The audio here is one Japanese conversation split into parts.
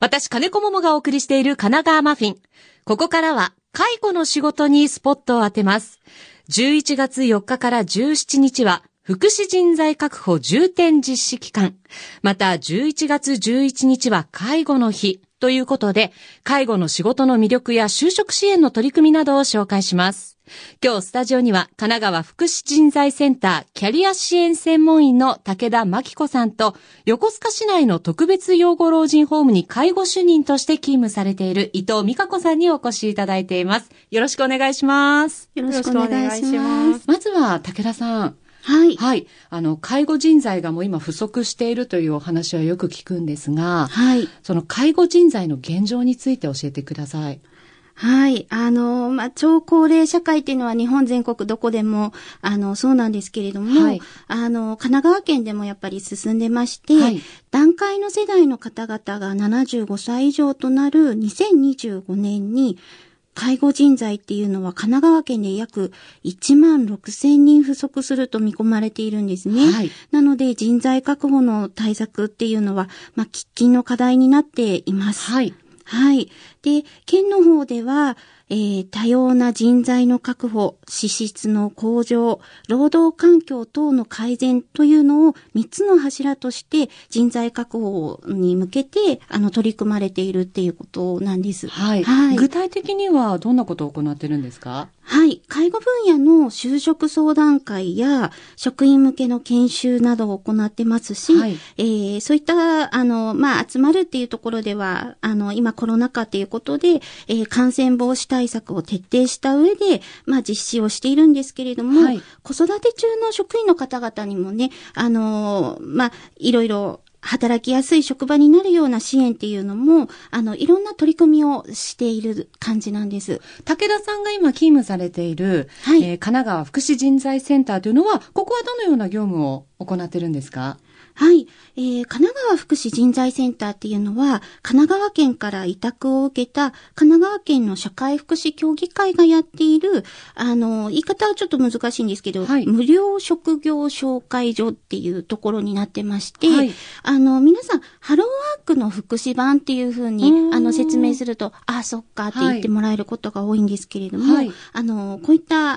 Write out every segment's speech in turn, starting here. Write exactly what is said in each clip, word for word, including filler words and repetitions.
私、金子桃がお送りしている神奈川マフィン。ここからは介護の仕事にスポットを当てます。じゅういちがつよっかからじゅうしちにちは福祉人材確保重点実施期間。またじゅういちがつじゅういちにちは介護の日ということで、介護の仕事の魅力や就職支援の取り組みなどを紹介します。今日スタジオには神奈川福祉人材センターキャリア支援専門員の武田真紀子さんと、横須賀市内の特別養護老人ホームに介護主任として勤務されている伊藤美香子さんにお越しいただいています。よろしくお願いします。 よろしくお願いします。 まずは武田さん。 はい。 はい。あの、介護人材がもう今不足しているというお話はよく聞くんですが、 はい。 その介護人材の現状について教えてください。 はい。あの、まあ、超高齢社会っていうのは日本全国どこでも、あの、そうなんですけれども、はい、あの、神奈川県でもやっぱり進んでまして、はい、団塊の世代の方々がななじゅうごさい以上となるにせんにじゅうごねんに、介護人材っていうのは神奈川県で約いちまんろくせんにん不足すると見込まれているんですね。はい、なので人材確保の対策っていうのは、まあ、喫緊の課題になっています。 はい。 はい。で、県の方では、えー、多様な人材の確保、資質の向上、労働環境等の改善というのをみっつの柱として人材確保に向けてあの取り組まれているっていうことなんです。 はい。はい、具体的にはどんなことを行ってるんですか？ はい。介護分野の就職相談会や職員向けの研修などを行ってますし、はい、えー、そういった、あの、まあ、集まるっていうところでは、あの、今コロナ禍っていうことで、えー、感染防止対策を徹底した上で、まあ、実施をしているんですけれども、はい、子育て中の職員の方々にもね、あの、まあ、いろいろ、働きやすい職場になるような支援っていうのも、あの、いろんな取り組みをしている感じなんです。 武田さんが今勤務されている、はい、えー、神奈川福祉人材センターというのは、ここはどのような業務を行ってるんですか？ はい、えー。神奈川福祉人材センターっていうのは、神奈川県から委託を受けた神奈川県の社会福祉協議会がやっている、あの、言い方はちょっと難しいんですけど、はい、無料職業紹介所っていうところになってまして、はい、あの、皆さん、ハローワークの福祉版っていうふうに、あの、説明すると、あ、そっかって言ってもらえることが多いんですけれども、はい、あの、こういった、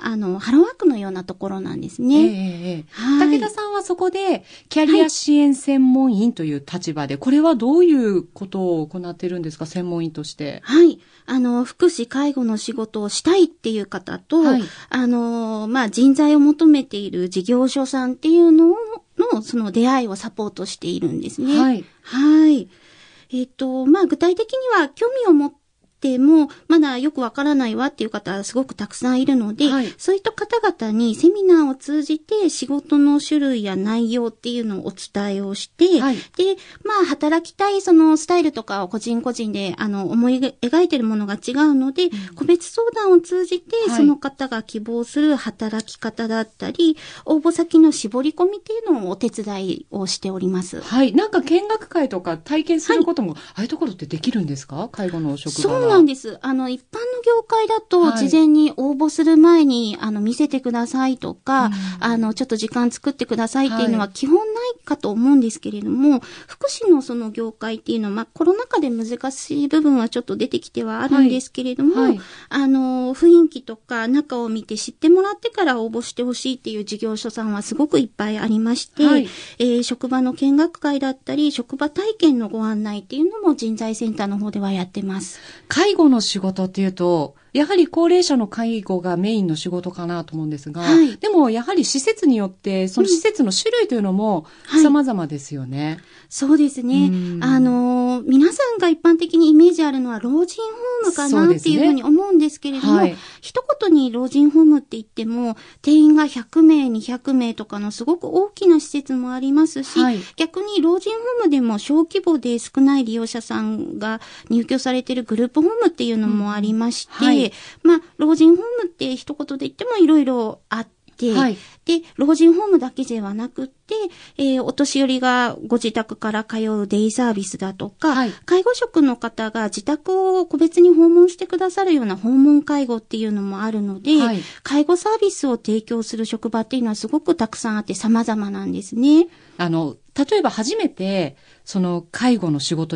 あの、ハローワークのようなところなんですね。 えーはい、武田さんはそこで、キャリア支援専門員という立場で、これはどういうことを行っているんですか、専門員として。 はい。あの、福祉介護の仕事をしたいっていう方と、はい、あの、まあ、人材を求めている事業所さんっていうのの、その出会いをサポートしているんですね。 はい。 はい。えっと、まあ、具体的には興味を持ってでも、まだよくわからないわっていう方はすごくたくさんいるので、はい、そういった方々にセミナーを通じて仕事の種類や内容っていうのをお伝えをして、はい、で、まあ、働きたいそのスタイルとかを個人個人で、あの、思い描いているものが違うので、うん、個別相談を通じて、その方が希望する働き方だったり、はい、応募先の絞り込みっていうのをお手伝いをしております。 はい。なんか見学会とか体験することも、はい、ああいうところってできるんですか？介護の職場は。 そうなんです。あの、一般の業界だと、事前に応募する前に、はい、あの、見せてくださいとか、うん、あの、ちょっと時間作ってくださいっていうのは基本ないかと思うんですけれども、はい、福祉のその業界っていうのは、まあ、コロナ禍で難しい部分はちょっと出てきてはあるんですけれども、はいはい、あの、雰囲気とか中を見て知ってもらってから応募してほしいっていう事業所さんはすごくいっぱいありまして、はい、えー、職場の見学会だったり、職場体験のご案内っていうのも人材センターの方ではやってます。 介護の仕事っていうと、やはり高齢者の介護がメインの仕事かなと思うんですが、はい、でもやはり施設によってその施設の種類というのも様々ですよね。はい、 そうですね。あの、皆さんが一般的にイメージあるのは老人ホームかなっていうふうに思うんですけれども、ねはい、一言に老人ホームって言っても、定員がひゃくめい、にひゃくめいとかのすごく大きな施設もありますし、はい、逆に老人ホームでも小規模で少ない利用者さんが入居されているグループホームっていうのもありまして、うんはい、まあ、老人ホームって一言で言ってもいろいろあって、はい、で、老人ホームだけではなくって、えー、お年寄りがご自宅から通うデイサービスだとか、はい、介護職の方が自宅を個別に訪問してくださるような訪問介護っていうのもあるので、はい、介護サービスを提供する職場っていうのはすごくたくさんあって様々なんですね。 あの、例えば初めて、その介護の仕事に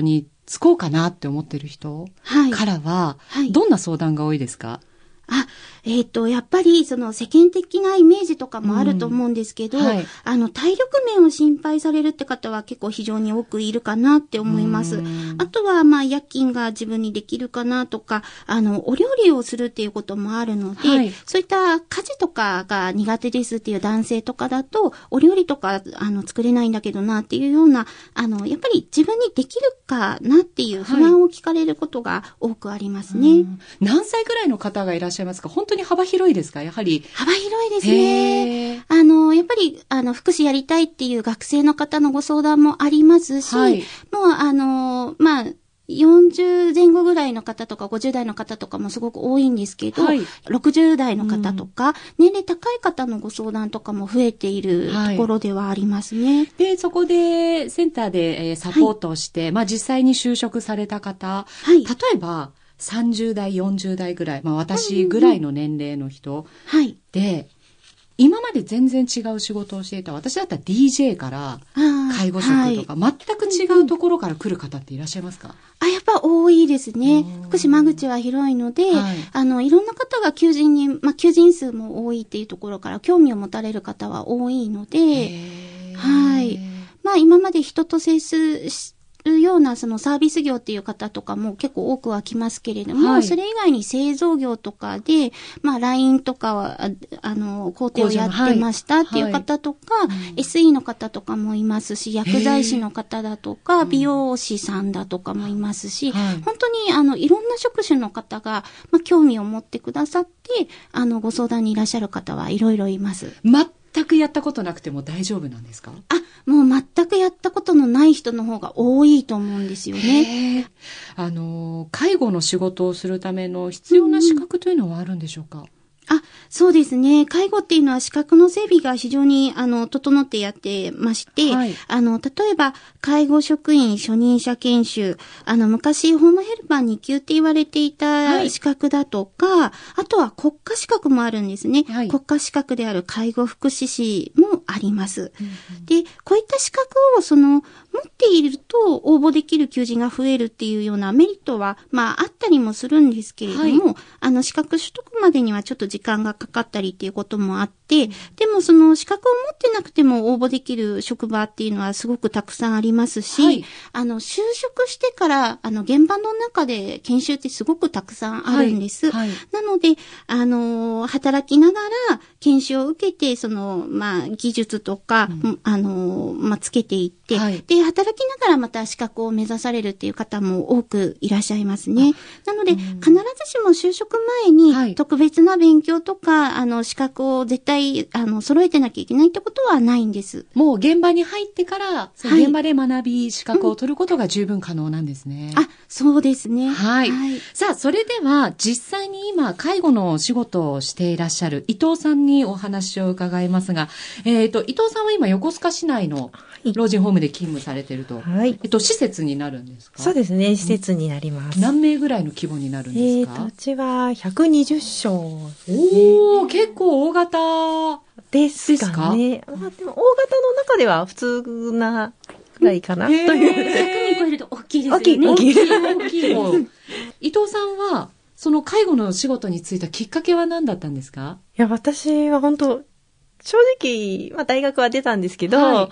つこうかなって思ってる人からは、はいはい、どんな相談が多いですか？ あ、えっと、やっぱり、その世間的なイメージとかもあると思うんですけど、うんはい、あの、体力面を心配されるって方は結構非常に多くいるかなって思います。あとは、まあ、夜勤が自分にできるかなとか、あの、お料理をするっていうこともあるので、はい、そういった家事とかが苦手ですっていう男性とかだと、お料理とか、あの、作れないんだけどなっていうような、あの、やっぱり自分にできるかなっていう不安を聞かれることが多くありますね。はい、 何歳ぐらいの方がいらっしゃいますか？本当に幅広いですか？やはり。 幅広いですね。あの、やっぱり、あの、福祉やりたいっていう学生の方のご相談もありますし、はい、もう、あの、まあ、よんじゅうぜん後ぐらいの方とかごじゅう代の方とかもすごく多いんですけど、はい、ろくじゅう代の方とか、うん、年齢高い方のご相談とかも増えているところではありますね。はい、 で、そこでセンターで、えー、サポートをして、はい、まあ実際に就職された方、はい、例えばさんじゅう代、よんじゅう代ぐらい、まあ私ぐらいの年齢の人で、うんうんはい、今まで全然違う仕事をしていた、私だったら ディージェー から介護職とか、はい、全く違うところから来る方っていらっしゃいますか？ あ、やっぱ多いですね。福祉間口は広いので、はい、あの、いろんな方が求人に、まあ、求人数も多いっていうところから興味を持たれる方は多いので、はい。まあ、今まで人と接すし、るようなそのサービス業っていう方とかも結構多くは来ますけれども、はい、それ以外に製造業とかで、まあ ライン とかは、あの、工程をやってましたっていう方とか、はいはい、エスイー の方とかもいますし、薬剤師の方だとか、美容師さんだとかもいますし、はい、本当にあの、いろんな職種の方が、まあ、興味を持ってくださって、あの、ご相談にいらっしゃる方はいろいろいます。 全くやったことなくても大丈夫なんですか？ あ、もう全くやったことのない人の方が多いと思うんですよね。 あの、介護の仕事をするための必要な資格というのはあるんでしょうか？うんあ、そうですね。介護っていうのは資格の整備が非常に、あの、整ってやってまして、はい、あの、例えば、介護職員初任者研修、あの、昔、ホームヘルパーに級って言われていた資格だとか、はい、あとは国家資格もあるんですね。はい、国家資格である介護福祉士もあります。うんうん、で、こういった資格を、その、持っていると応募できる求人が増えるっていうようなメリットは、まあ、あったりもするんですけれども、はい、あの、資格取得までにはちょっと時間がかかったりっていうこともあって、でもその資格を持ってなくても応募できる職場っていうのはすごくたくさんありますし、はい、あの、就職してから、あの、現場の中で研修ってすごくたくさんあるんです。はいはい、なので、あの、働きながら研修を受けて、その、まあ、技術とか、うん、あの、まあ、つけていって、はい、で、働きながらまた資格を目指されるっていう方も多くいらっしゃいますね。なので、うん、必ずしも就職前に特別な勉強とか、はい、あの、資格を絶対、あの、揃えてなきゃいけないってことはないんです。 もう現場に入ってから、その現場で学び、資格を取ることが十分可能なんですね。 うん、あ、そうですね。 はい。はい、さあ、それでは、実際に今、介護のお仕事をしていらっしゃる伊藤さんにお話を伺いますが、えっと、伊藤さんは今、横須賀市内の老人ホームで勤務されていると。はい。えっと、施設になるんですか？ そうですね、施設になります。 何名ぐらいの規模になるんですか？ えっと、うちはひゃくにじゅっしょう。 おー、結構大型ですかね。まあ、でも、大型の中では普通なくらいかな、という。 ひゃくにん超えると大きいですよね。 大きい、大きい。 大きい。伊藤さんは、その介護の仕事に就いたきっかけは何だったんですか？ いや、私は本当正直、まあ大学は出たんですけど、はい、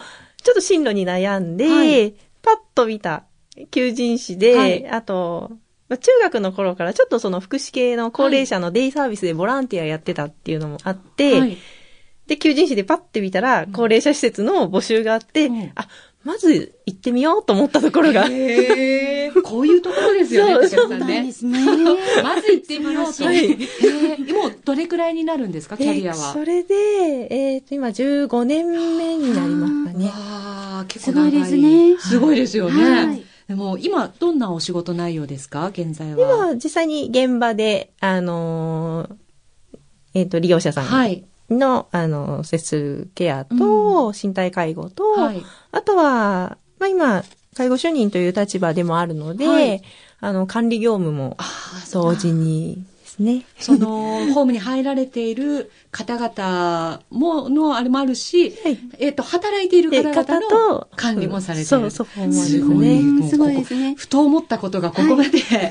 ちょっと進路に悩んで、はい、パッと見た求人誌で、はい、あと、まあ、中学の頃からちょっとその福祉系の高齢者のデイサービスでボランティアやってたっていうのもあって、はい、で、求人誌でパッて見たら、高齢者施設の募集があって、うん、あ、まず行ってみようと思ったところが。 へー、こういうところですよね、 そうなんですね。 まず行ってみようと。はい、へー、もうどれくらいになるんですか、キャリアは。 それで、えっと、今じゅうごねんめになりましたね。 わー、結構長い。すごいですね。すごいですよね。はい、でも今、どんなお仕事内容ですか、現在は。 今、実際に現場で、あのー、えっと、利用者さん。はい。の、あの、接するケアと、うん、身体介護と、はい、あとは、まあ今、介護主任という立場でもあるので、はい、あの、管理業務も、同時にですですね。 その、ホームに入られている方々も、のあれもあるし、はい、えっと、働いている方々の管理もされている。 そう、そこもですね。 すごい、すごいですね。 ふと思ったことがここまで。はい、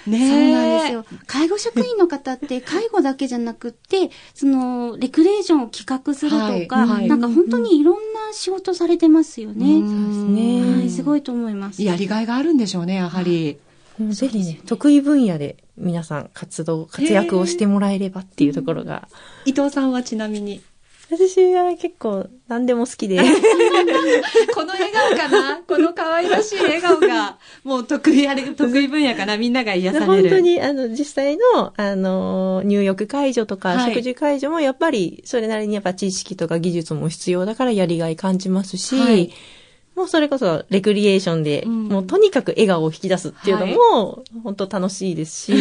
ねそうなんですよ。介護職員の方って介護だけじゃなくって、その、レクレーションを企画するとか、はい、なんか本当にいろんな仕事されてますよね。そうですね。はい、すごいと思います。 やりがいがあるんでしょうね、やはり。 ぜひね、得意分野で皆さん活動、活躍をしてもらえればっていうところが。 伊藤さんはちなみに。 私は結構何でも好きで。 この笑顔かなこの可愛らしい笑顔が、もう得意あれ、得意分野かなみんなが癒される。 本当に、あの、実際の、あの、入浴介助とか、はい、食事介助もやっぱり、それなりにやっぱ知識とか技術も必要だからやりがい感じますし、はい、もうそれこそレクリエーションで、うん、もうとにかく笑顔を引き出すっていうのも、はい、本当楽しいですし、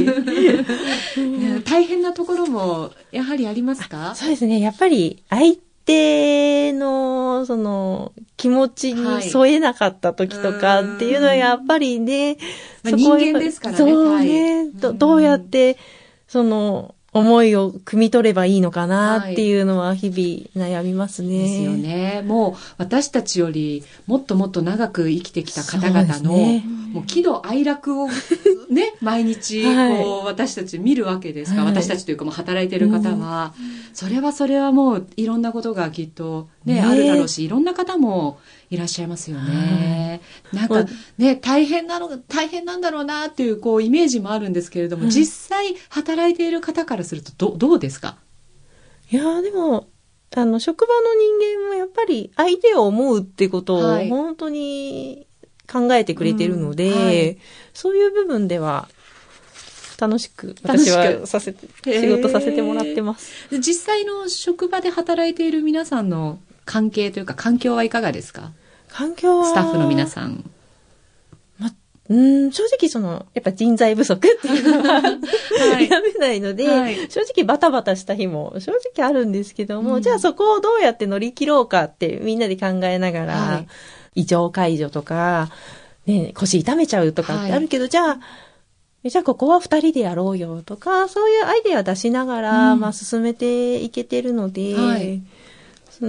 大変なところもやはりありますか？ そうですね。やっぱり相手のその気持ちに添えなかった時とかっていうのはやっぱりね、 まあ、人間ですからね。 そうね、はい、ど, どうやってその思いを汲み取ればいいのかなっていうのは日々悩みますね。 ですよね。もう私たちよりもっともっと長く生きてきた方々の、ね、もう喜怒哀楽をね、毎日こう、はい、私たち見るわけですが、はい、私たちというかもう働いてる方は、うん、それはそれはもういろんなことがきっとね、ねあるだろうし、いろんな方もいらっしゃいますよね。はい、なんかね、大変なの、大変なんだろうなっていうこうイメージもあるんですけれども、うん、実際働いている方からするとど、どうですか？ いやーでも、あの、職場の人間もやっぱり相手を思うってことを本当に考えてくれてるので、はいうんはい、そういう部分では楽しく私はさせて、仕事させてもらってます。 実際の職場で働いている皆さんの関係というか環境はいかがですか？ 環境は。 スタッフの皆さん。 うん、正直その、やっぱ人材不足っていうのは、はい、やめないので、はい、正直バタバタした日も正直あるんですけども、うん、じゃあそこをどうやって乗り切ろうかってみんなで考えながら、はい、胃腸介助とか、ね、腰痛めちゃうとかってあるけど、はい、じゃあ、じゃあここは二人でやろうよとか、そういうアイデア出しながら、うん、まあ進めていけてるので、はい、うん、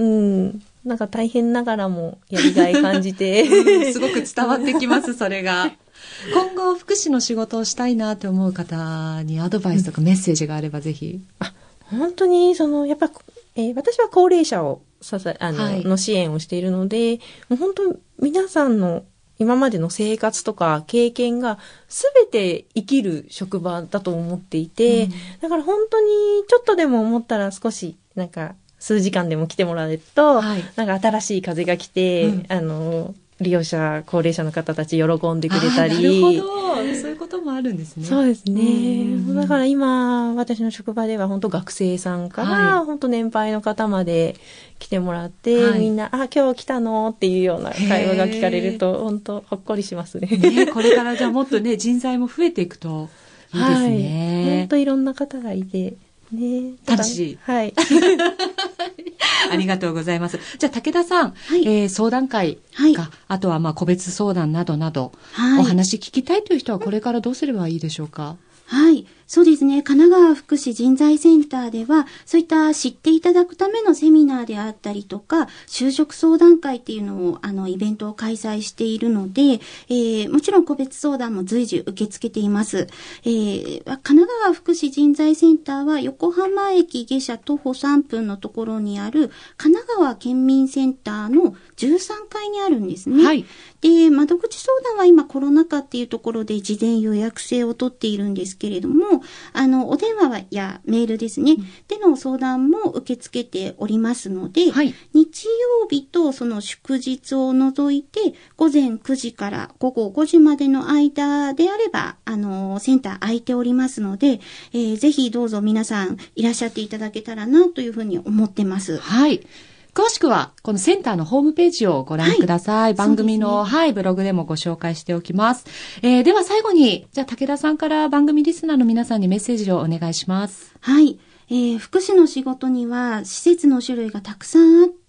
なんか大変ながらもやりがい感じて、 うん、すごく伝わってきます、それが。今後福祉の仕事をしたいなと思う方にアドバイスとかメッセージがあればぜひ。 あ、本当にそのやっぱ、えー、私は高齢者を支えあの、はい、の支援をしているので、もう本当皆さんの今までの生活とか経験がすべて生きる職場だと思っていて、うん、だから本当にちょっとでも思ったら少しなんか数時間でも来てもらえると、はい、なんか新しい風が来て、うん、あの利用者、高齢者の方たち喜んでくれたり。 なるほど。そういうこともあるんですね。 そうですね。だから今、私の職場では本当学生さんから、はい、本当年配の方まで来てもらって、はい、みんな、あ、今日来たのっていうような会話が聞かれると、本当ほっこりしますね。 ね、これからじゃあもっとね、人材も増えていくといいですね。 はい、本当いろんな方がいて、ね。 楽しい。 はい。 ありがとうございます。じゃあ武田さん、はい、えー、相談会が、はい、あとはまあ個別相談などなど、はい、お話聞きたいという人はこれからどうすればいいでしょうか？ はい。そうですね。神奈川福祉人材センターでは、そういった知っていただくためのセミナーであったりとか、就職相談会っていうのを、あの、イベントを開催しているので、えー、もちろん個別相談も随時受け付けています。えー、神奈川福祉人材センターは、横浜駅下車徒歩さんぷんのところにある、神奈川県民センターのじゅうさんかいにあるんですね。はい。で、窓口相談は今コロナ禍っていうところで事前予約制を取っているんですけれども、あの、お電話やメールですね、うん、での相談も受け付けておりますので、はい、日曜日とその祝日を除いて、午前くじから午後ごじまでの間であれば、あの、センター空いておりますので、えー、ぜひどうぞ皆さんいらっしゃっていただけたらなというふうに思ってます。 はい。詳しくは、このセンターのホームページをご覧ください。はい、番組の、ね、はい、ブログでもご紹介しておきます。えー、では最後に、じゃあ武田さんから番組リスナーの皆さんにメッセージをお願いします。 はい。えー、福祉の仕事には施設の種類がたくさんあって、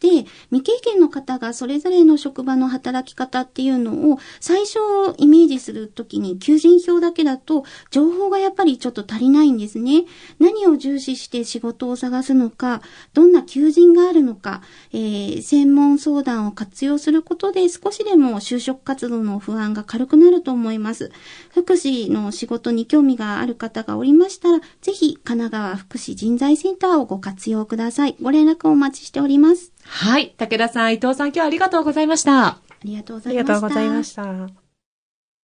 で、未経験の方がそれぞれの職場の働き方っていうのを最初イメージするときに求人票だけだと情報がやっぱりちょっと足りないんですね。何を重視して仕事を探すのか、どんな求人があるのか、えー、専門相談を活用することで少しでも就職活動の不安が軽くなると思います。福祉の仕事に興味がある方がおりましたら、ぜひ神奈川福祉人材センターをご活用ください。ご連絡をお待ちしております。 はい。武田さん、伊藤さん、今日はありがとうございました。 ありがとうございました。 ありがとうございました。